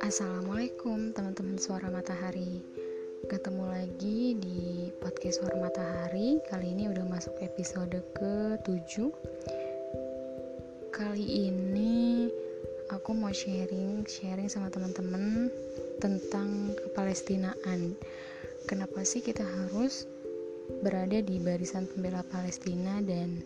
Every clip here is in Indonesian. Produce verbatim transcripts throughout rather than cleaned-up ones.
Assalamualaikum teman-teman Suara Matahari. Ketemu lagi di podcast Suara Matahari. Kali ini udah masuk episode ke tujuh. Kali ini aku mau sharing Sharing sama teman-teman tentang kepalestinaan. Kenapa sih kita harus berada di barisan pembela Palestina, dan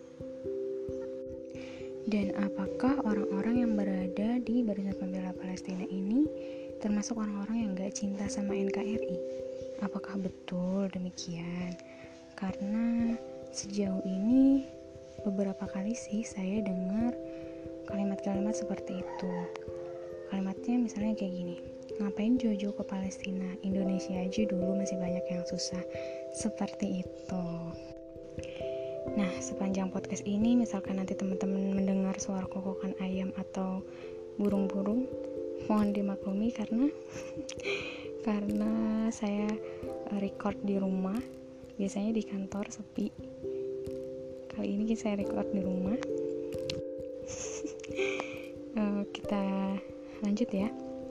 Dan apakah orang-orang yang berada di barisan pembela Palestina ini termasuk orang-orang yang gak cinta sama N K R I? Apakah betul demikian? Karena sejauh ini beberapa kali sih saya dengar kalimat-kalimat seperti itu. Kalimatnya misalnya kayak gini: ngapain jauh-jauh ke Palestina? Indonesia aja dulu masih banyak yang susah. Seperti itu. Nah, sepanjang podcast ini misalkan nanti teman-teman mendengar suara kokokan ayam atau burung-burung, mohon dimaklumi karena karena saya record di rumah. Biasanya di kantor sepi. Kali ini saya record di rumah. uh, kita lanjut ya.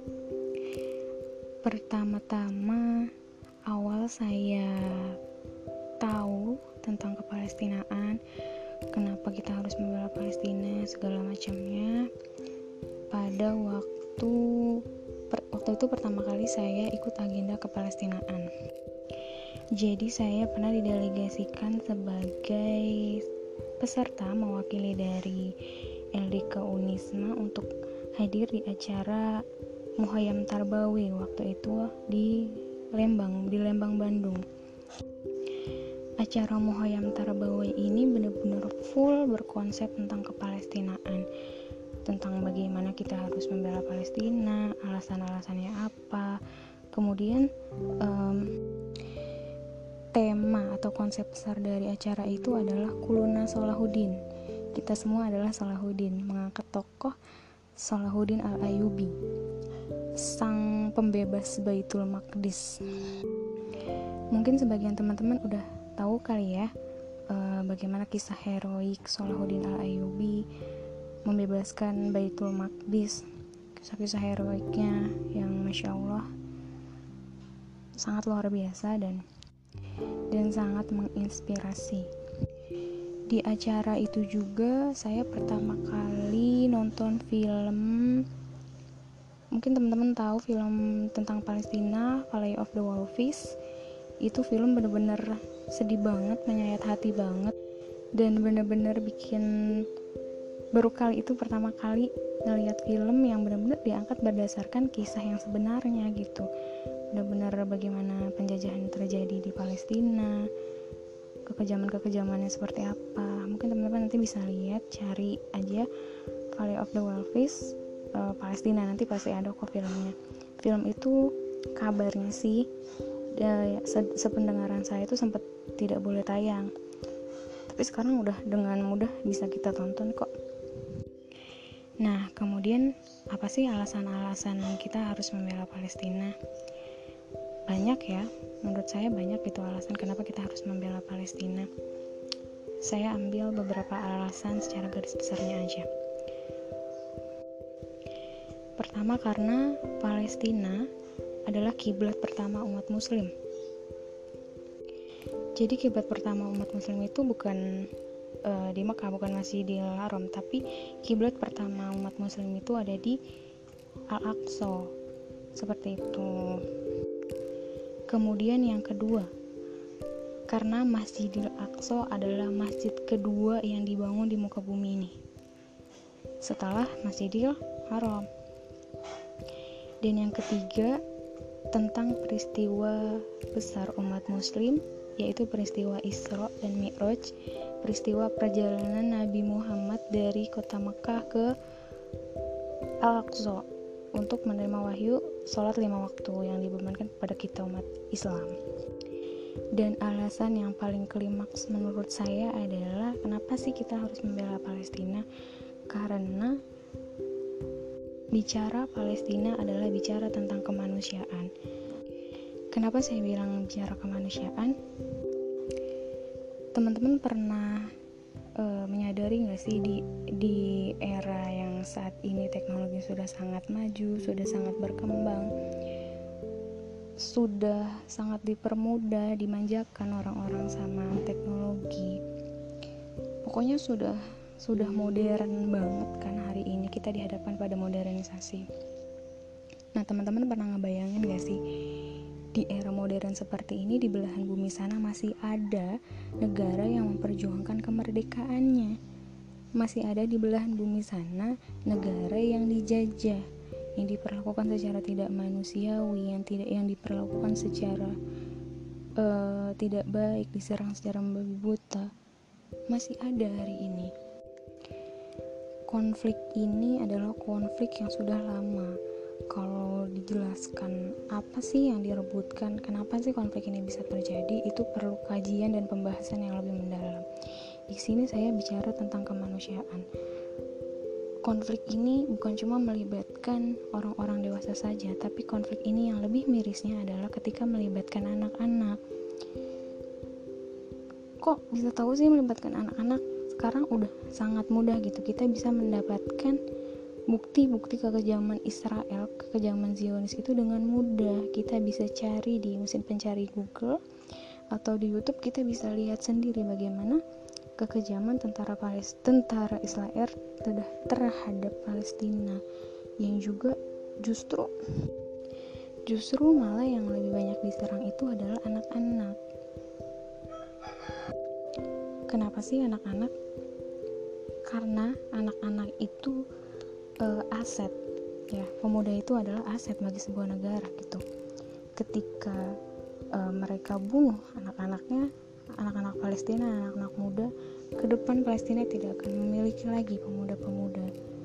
Pertama-tama awal saya tahu tentang kepalestinaan, kenapa kita harus membela Palestina, segala macamnya, pada waktu per, waktu itu pertama kali saya ikut agenda kepalestinaan. Jadi saya pernah didelegasikan sebagai peserta mewakili dari L D K Unisma untuk hadir di acara Muhayyam Tarbawi waktu itu di Lembang, di Lembang, Bandung. Acara Muhayyam Tarbawi ini benar-benar full berkonsep tentang kepalestinaan, tentang bagaimana kita harus membela Palestina, alasan-alasannya apa. Kemudian um, tema atau konsep besar dari acara itu adalah Kuluna Salahuddin. Kita semua adalah Salahuddin, mengangkat tokoh Salahuddin Al-Ayyubi, sang pembebas Baitul Maqdis. Mungkin sebagian teman-teman udah tahu kali ya uh, bagaimana kisah heroik Salahuddin Al-Ayyubi membebaskan Baitul Maqdis. Kisah-kisah heroiknya yang Masya Allah sangat luar biasa dan dan sangat menginspirasi. Di acara itu juga saya pertama kali nonton film, mungkin teman-teman tahu film tentang Palestina, Valley of the Wolves. Itu film bener-bener sedih banget, menyayat hati banget, dan bener-bener bikin, baru kali itu pertama kali ngeliat film yang bener-bener diangkat berdasarkan kisah yang sebenarnya gitu. Bener-bener bagaimana penjajahan terjadi di Palestina, kekejaman-kekejamannya seperti apa. Mungkin teman-teman nanti bisa lihat, cari aja Valley of the Wolves uh, Palestina, nanti pasti ada kok filmnya. Film itu kabarnya sih Ya, se- sependengaran saya itu sempat tidak boleh tayang, tapi sekarang udah dengan mudah bisa kita tonton kok. Nah, kemudian apa sih alasan-alasan kita harus membela Palestina? Banyak ya, menurut saya banyak itu alasan kenapa kita harus membela Palestina. Saya ambil beberapa alasan secara garis besarnya aja. Pertama, karena Palestina adalah kiblat pertama umat muslim. Jadi kiblat pertama umat muslim itu bukan uh, di Mekah, bukan Masjidil Haram, tapi kiblat pertama umat muslim itu ada di Al-Aqsa. Seperti itu. Kemudian yang kedua, karena Masjidil Aqsa adalah masjid kedua yang dibangun di muka bumi ini setelah Masjidil Haram. Dan yang ketiga, tentang peristiwa besar umat muslim, yaitu peristiwa Isra dan Mi'raj, peristiwa perjalanan Nabi Muhammad dari kota Mekah ke Al-Aqsa untuk menerima wahyu sholat lima waktu yang dibebankan kepada kita umat Islam. Dan alasan yang paling klimaks menurut saya adalah kenapa sih kita harus membela Palestina? Karena bicara Palestina adalah bicara tentang kemanusiaan. Kenapa saya bilang bicara kemanusiaan? Teman-teman pernah uh, menyadari nggak sih di di era yang yang saat ini teknologi sudah sangat maju, sudah sangat berkembang, sudah sangat dipermudah, dimanjakan orang-orang sama teknologi. Pokoknya sudah sudah modern banget kan hari ini, kita dihadapkan pada modernisasi. Nah, teman-teman pernah ngebayangin gak sih, di era modern seperti ini, di belahan bumi sana masih ada negara yang memperjuangkan kemerdekaannya. Masih ada di belahan bumi sana negara yang dijajah, yang diperlakukan secara tidak manusiawi, yang tidak yang diperlakukan secara uh, tidak baik, diserang secara membabi buta. Masih ada hari ini. Konflik ini adalah konflik yang sudah lama. Kalau dijelaskan apa sih yang direbutkan, kenapa sih konflik ini bisa terjadi, itu perlu kajian dan pembahasan yang lebih mendalam. Di sini saya bicara tentang kemanusiaan. Konflik ini bukan cuma melibatkan orang-orang dewasa saja, tapi konflik ini yang lebih mirisnya adalah ketika melibatkan anak-anak. Kok bisa tahu sih melibatkan anak-anak? Sekarang udah sangat mudah gitu. Kita bisa mendapatkan bukti-bukti kekejaman Israel, kekejaman Zionis itu dengan mudah. Kita bisa cari di mesin pencari Google atau di YouTube, kita bisa lihat sendiri bagaimana kekejaman tentara Palestina, tentara Israel terhadap Palestina, yang juga justru justru malah yang lebih banyak diserang itu adalah anak-anak. Kenapa sih anak-anak? Karena anak-anak itu uh, aset, ya. Pemuda itu adalah aset bagi sebuah negara gitu. Ketika uh, mereka bunuh anak-anaknya, anak-anak Palestina, anak-anak muda, ke depan Palestina tidak akan memiliki lagi pemuda-pemuda.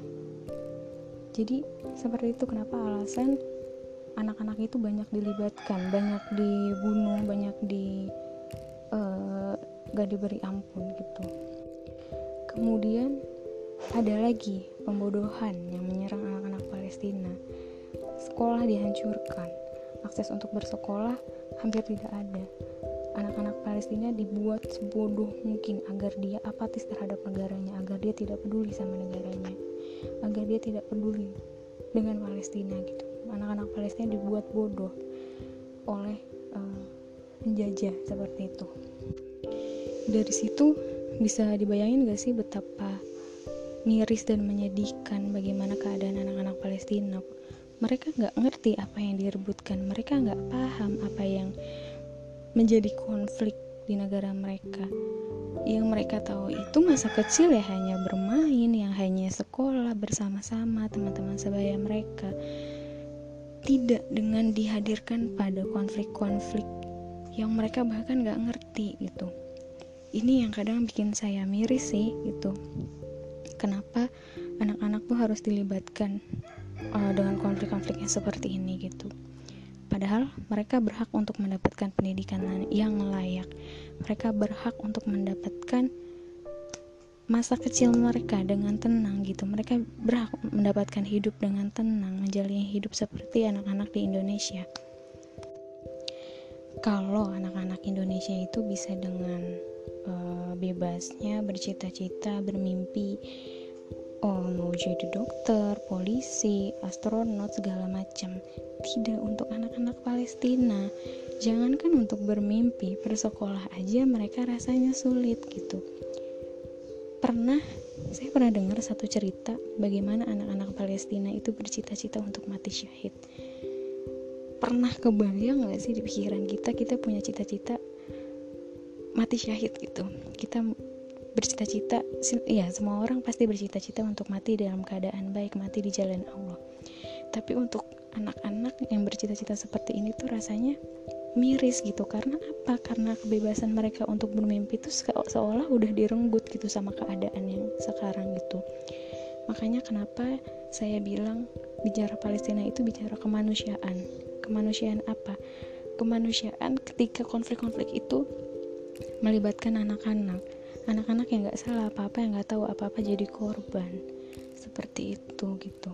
Jadi seperti itu kenapa alasan anak-anak itu banyak dilibatkan, banyak dibunuh, banyak di uh, gak diberi ampun gitu. Kemudian ada lagi pembodohan yang menyerang anak-anak Palestina. Sekolah dihancurkan, akses untuk bersekolah hampir tidak ada. Anak-anak Palestina dibuat sebodoh mungkin agar dia apatis terhadap negaranya, agar dia tidak peduli sama negaranya, agar dia tidak peduli dengan Palestina gitu. Anak-anak Palestina dibuat bodoh oleh uh, penjajah seperti itu. Dari situ bisa dibayangin gak sih betapa miris dan menyedihkan bagaimana keadaan anak-anak Palestina. Mereka gak ngerti apa yang direbutkan, mereka gak paham apa yang menjadi konflik di negara mereka. Yang mereka tahu itu masa kecil ya hanya bermain, yang hanya sekolah bersama-sama teman-teman sebaya mereka, tidak dengan dihadirkan pada konflik-konflik yang mereka bahkan gak ngerti gitu. Ini yang kadang bikin saya miris sih gitu. Kenapa anak-anak tuh harus dilibatkan uh, dengan konflik-konflik yang seperti ini gitu. Padahal mereka berhak untuk mendapatkan pendidikan yang layak. Mereka berhak untuk mendapatkan masa kecil mereka dengan tenang gitu. Mereka berhak mendapatkan hidup dengan tenang, menjalani hidup seperti anak-anak di Indonesia. Kalau anak-anak Indonesia itu bisa dengan uh, bebasnya bercita-cita, bermimpi, oh mau jadi dokter, polisi, astronot, segala macam. Tidak untuk anak-anak Palestina. Jangankan untuk bermimpi, bersekolah aja mereka rasanya sulit gitu. Pernah, saya pernah dengar satu cerita bagaimana anak-anak Palestina itu bercita-cita untuk mati syahid. Pernah kebayang gak sih di pikiran kita, kita punya cita-cita mati syahid gitu. Kita bercita-cita, ya semua orang pasti bercita-cita untuk mati dalam keadaan baik, mati di jalan Allah. Tapi untuk anak-anak yang bercita-cita seperti ini tuh rasanya miris gitu. Karena apa? Karena kebebasan mereka untuk bermimpi itu se- seolah udah direnggut gitu sama keadaan yang sekarang gitu. Makanya kenapa saya bilang bicara Palestina itu bicara kemanusiaan. Kemanusiaan apa? Kemanusiaan ketika konflik-konflik itu melibatkan anak-anak. Anak-anak yang gak salah apa-apa, yang gak tahu apa-apa jadi korban. Seperti itu gitu.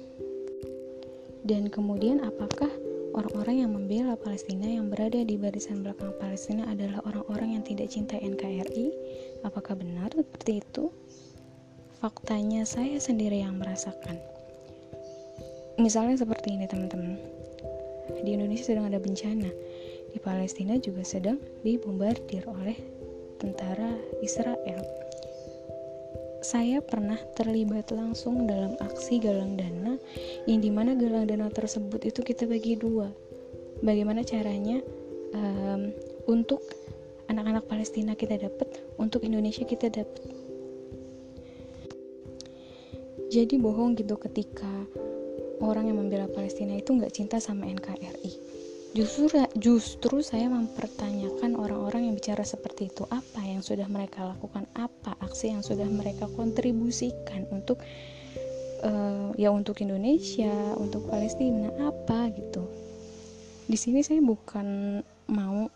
Dan kemudian apakah orang-orang yang membela Palestina, yang berada di barisan belakang Palestina adalah orang-orang yang tidak cinta N K R I? Apakah benar seperti itu? faktanya saya sendiri yang merasakan. Misalnya seperti ini teman-teman, di Indonesia sedang ada bencana, di Palestina juga sedang dibombardir oleh tentara Israel. Saya pernah terlibat langsung dalam aksi galang dana, yang dimana galang dana tersebut itu kita bagi dua. Bagaimana caranya um, untuk anak-anak Palestina kita dapat, untuk Indonesia kita dapat. Jadi bohong gitu ketika orang yang membela Palestina itu nggak cinta sama N K R I. Justru, justru saya mempertanyakan orang-orang yang bicara seperti itu, apa yang sudah mereka lakukan, apa aksi yang sudah mereka kontribusikan untuk uh, ya untuk Indonesia, untuk Palestina, apa gitu. Di sini saya bukan mau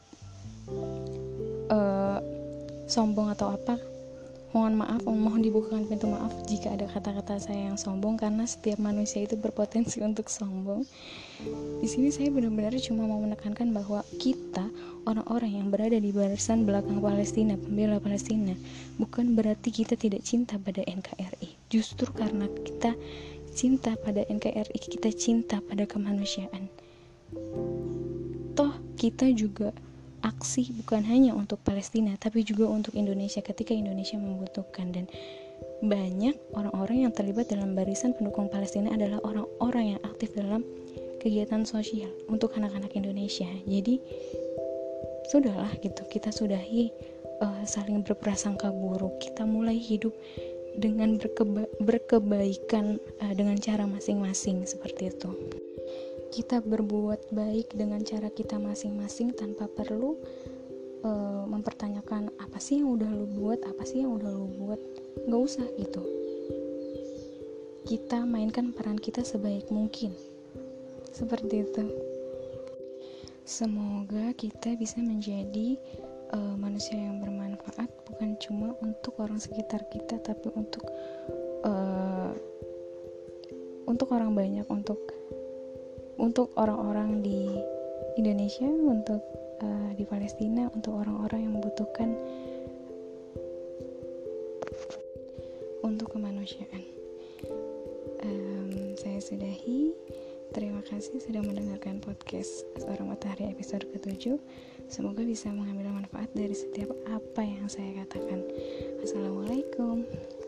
uh, sombong atau apa. Mohon maaf, mohon dibukakan pintu maaf jika ada kata-kata saya yang sombong, karena setiap manusia itu berpotensi untuk sombong. Di sini saya benar-benar cuma mau menekankan bahwa kita, orang-orang yang berada di barisan belakang Palestina, pembela Palestina, bukan berarti kita tidak cinta pada N K R I. Justru karena kita cinta pada N K R I, kita cinta pada kemanusiaan. Toh kita juga aksi bukan hanya untuk Palestina, tapi juga untuk Indonesia ketika Indonesia membutuhkan. Dan banyak orang-orang yang terlibat dalam barisan pendukung Palestina adalah orang-orang yang aktif dalam kegiatan sosial untuk anak-anak Indonesia. Jadi sudahlah gitu, kita sudahi uh, saling berprasangka buruk. Kita mulai hidup dengan berkeba- berkebaikan uh, dengan cara masing-masing, seperti itu. Kita berbuat baik dengan cara kita masing-masing tanpa perlu uh, mempertanyakan apa sih yang udah lu buat, apa sih yang udah lu buat. Gak usah gitu. Kita mainkan peran kita sebaik mungkin, seperti itu. Semoga kita bisa menjadi uh, manusia yang bermanfaat, bukan cuma untuk orang sekitar kita, tapi untuk uh, untuk orang banyak, untuk untuk orang-orang di Indonesia, untuk uh, di Palestina, untuk orang-orang yang membutuhkan, untuk kemanusiaan. Um, saya sudahi. Terima kasih sudah mendengarkan podcast Suara Matahari episode ketujuh. Semoga bisa mengambil manfaat dari setiap apa yang saya katakan. Assalamualaikum.